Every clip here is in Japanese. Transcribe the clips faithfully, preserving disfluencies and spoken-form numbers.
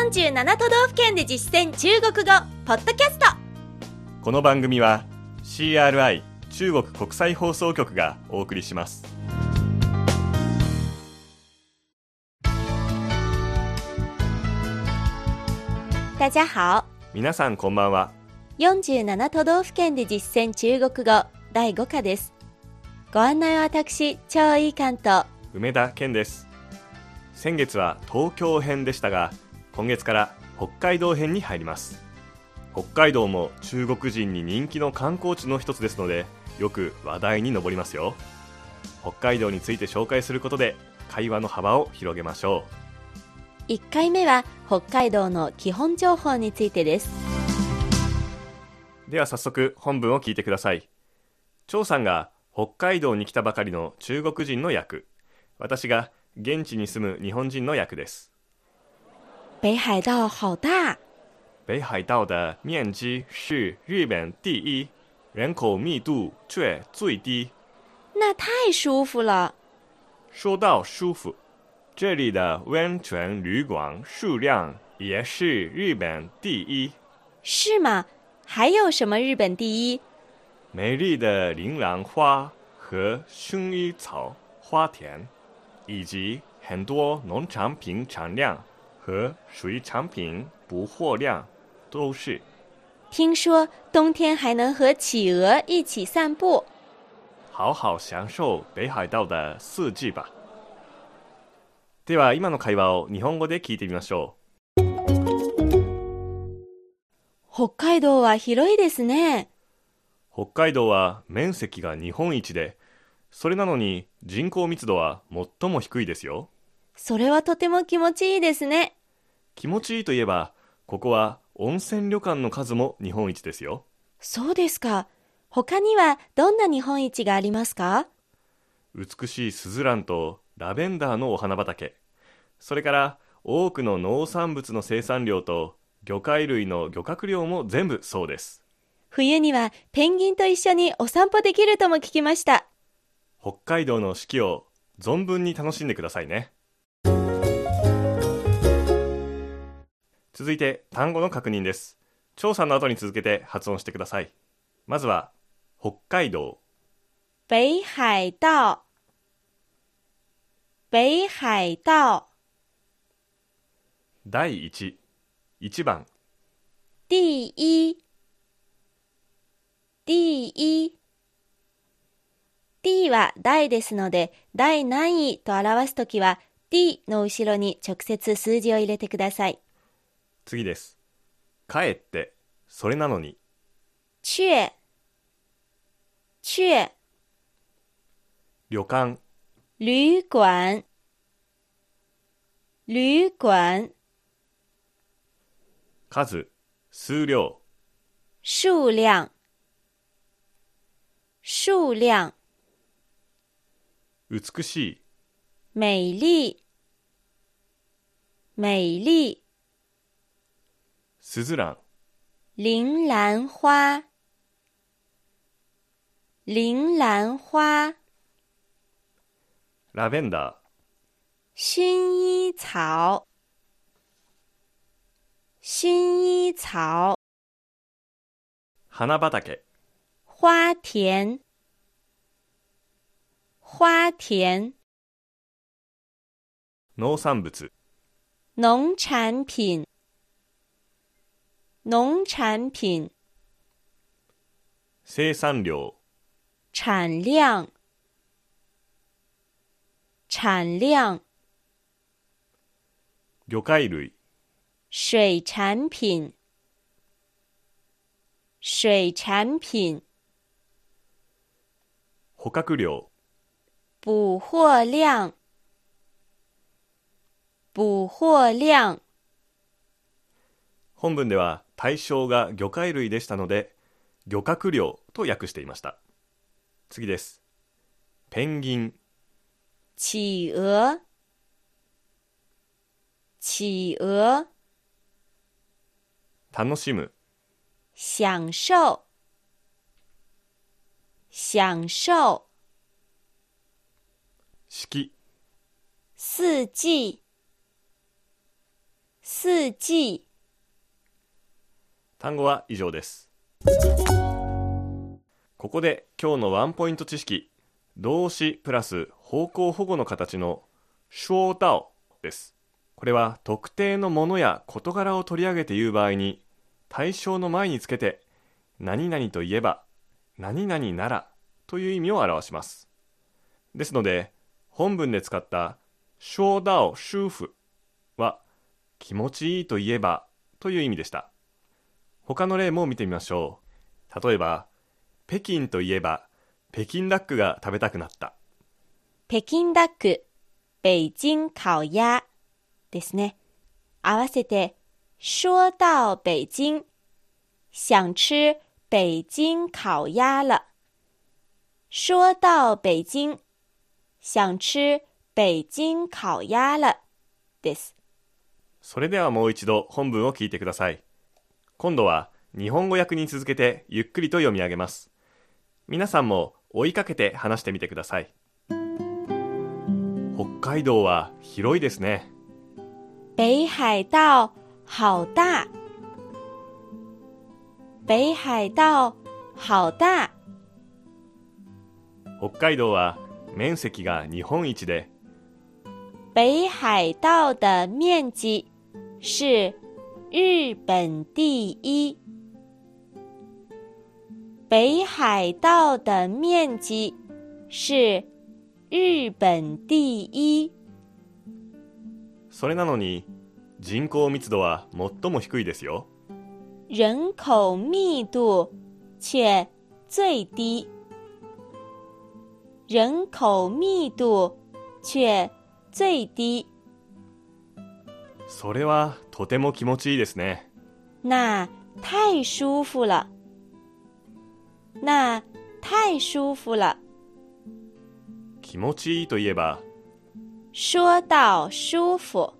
よんじゅうなな都道府県で実践中国語ポッドキャスト。 この番組は シーアールアイ 中国国際放送局がお送りします。 大家好。 皆さんこんばんは。 よんじゅうなな都道府県で実践中国語だいご課です。ご案内は私、張井関と梅田健です。先月は東京編でしたが、今月から北海道編に入ります。北海道も中国人に人気の観光地の一つですので、よく話題に上りますよ。北海道について紹介することで会話の幅を広げましょう。いっかいめは北海道の基本情報についてです。 では早速本文を聞いてください。張さんが北海道に来たばかりの中国人の役、私が現地に住む日本人の役です。 北海道好大。 北海道的面积是日本第一，人口密度却最低。 那太舒服了。 说到舒服，这里的温泉旅馆数量也是日本第一。 是吗？还有什么日本第一？ 美丽的琳琅花和薰衣草花田，以及很多农产品产量和水产品捕获量都是。 听说冬天还能和企鹅一起散步。 好好享受北海道的四季吧。では今の会話を日本語で聞いてみましょう。 北海道は広いですね。 北海道は面積が日本一で、それなのに人口密度は最も低いですよ。 それはとても気持ちいいですね。 気持ちいいといえば、ここは温泉旅館の数も日本一ですよ。 そうですか。他にはどんな日本一がありますか？ 美しいスズランとラベンダーのお花畑、それから多くの農産物の生産量と魚介類の漁獲量も全部そうです。 冬にはペンギンと一緒にお散歩できるとも聞きました。 北海道の四季を存分に楽しんでくださいね。続いて単語の確認です。張さんの後に続けて発音してください。まずは北海道。 北海道。北海道。 第一、一番。 第一。第一。D は大ですので、第何位と表すときは D の後ろに直接数字を入れてください。 次です。帰って、それなのに。 却。却。 旅館。 旅館。旅館。 数、数量。 数量。数量。 美しい。 美麗。美麗。 スズラン。 铃蘭花。鈴蘭花。 ラベンダー。 薰衣草。薰衣草。 花畑。 花田。花田。 農産物。 農產品。農產品。 生産量。 產量。產量。 魚介類。 水產品。水產品。 捕獲量。 捕獲量。捕獲量。 本文では対象が魚介類でしたので、漁獲量と訳していました。次です。ペンギン。 企鵝。企鵝。 楽しむ。 享受。享受。 四季。 四季。 四季。 単語は以上です。ここで今日のワンポイント知識、動詞プラス方向保護の形の说到です。これは特定のものや事柄を取り上げて言う場合に、対象の前につけて何々といえば、何々ならという意味を表します。ですので、本文で使った说到舒服は気持ちいいといえばという意味でした。他の例も見てみましょう。例えば、北京といえば北京ダックが食べたくなった。 北京ダック、北京烤鸭ですね。合わせて、说到北京、想吃北京烤鸭了。说到北京、想吃北京烤鸭了です。 それではもう一度本文を聞いてください。今度は日本語訳に続けてゆっくりと読み上げます。皆さんも追いかけて話してみてください。北海道は広いですね。 北海道好大。北海道好大。 北海道は面積が日本一で、 北海道的面積是日本第一。北海道的面積是日本第一。 それなのに人口密度は最も低いですよ。 人口密度却最低。人口密度却最低。 それはとても気持ちいいですね。 那太舒服了。那太舒服了。 気持ちいいといえば、 说到舒服。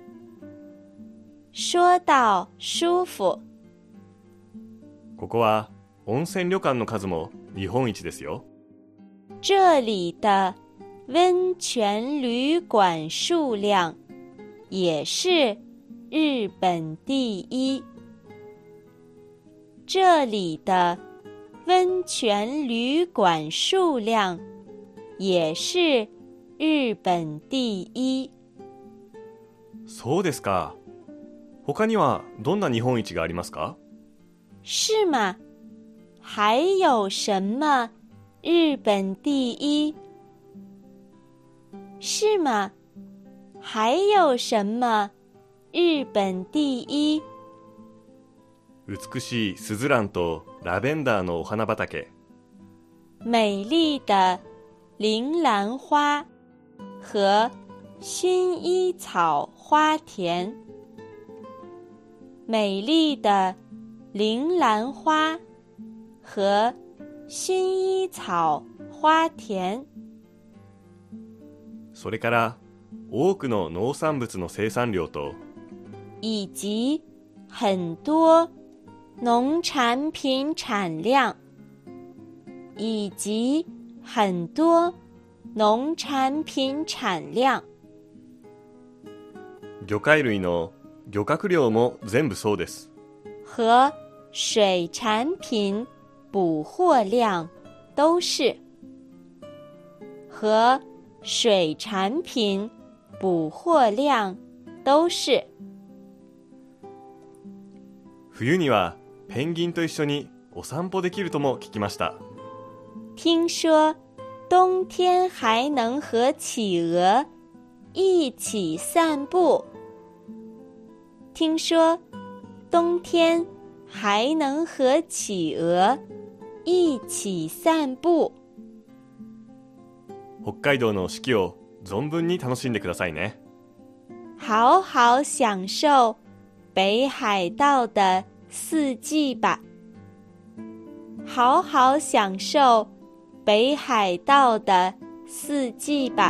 说到舒服。 ここは温泉旅館の数も日本一ですよ。 这里的温泉旅馆数量也是日本第一。这里的温泉旅馆数量也是日本第一。 そうですか。他にはどんな日本一がありますか？ 是吗？还有什么日本第一？是吗？还有什么日本第一？ 美しいスズランとラベンダーのお花畑。 美丽的铃兰花和薰衣草花田。美丽的铃兰花和薰衣草花田。 それから多くの農産物の生産量と、 以及很多农产品产量。以及很多農產品產量。 魚介類の漁獲量も全部そうです。 和水產品捕獲量都是。和水產品捕獲量都是。 冬にはペンギンと一緒にお散歩できるとも聞きました。 听说冬天还能和企鹅一起散步。听说冬天还能和企鹅一起散步。 北海道の四季を存分に楽しんでくださいね。 好好享受北海道的四季吧。好好享受北海道的四季吧。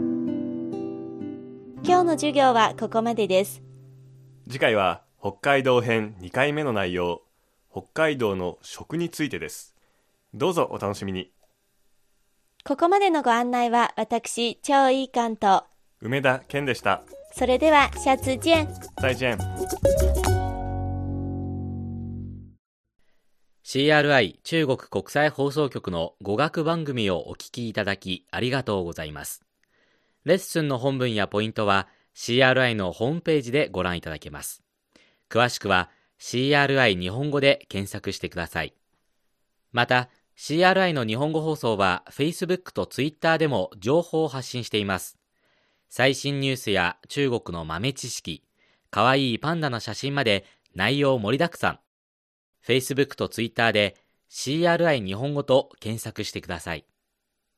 今日の授業はここまでです。 次回は北海道編にかいめの内容、北海道の食についてです。どうぞお楽しみに。 ここまでのご案内は私、張一貫と梅田健でした。 それでは下次見。 再见。 シーアールアイ 中国国際放送局の語学番組をお聞きいただきありがとうございます。レッスンの本文やポイントは シーアールアイ のホームページでご覧いただけます。詳しくは シーアールアイ 日本語で検索してください。また シーアールアイ の日本語放送は Facebook と Twitter でも情報を発信しています。最新ニュースや中国の豆知識、かわいいパンダの写真まで内容盛りだくさん。Facebook と Twitter で シーアールアイ 日本語と検索してください。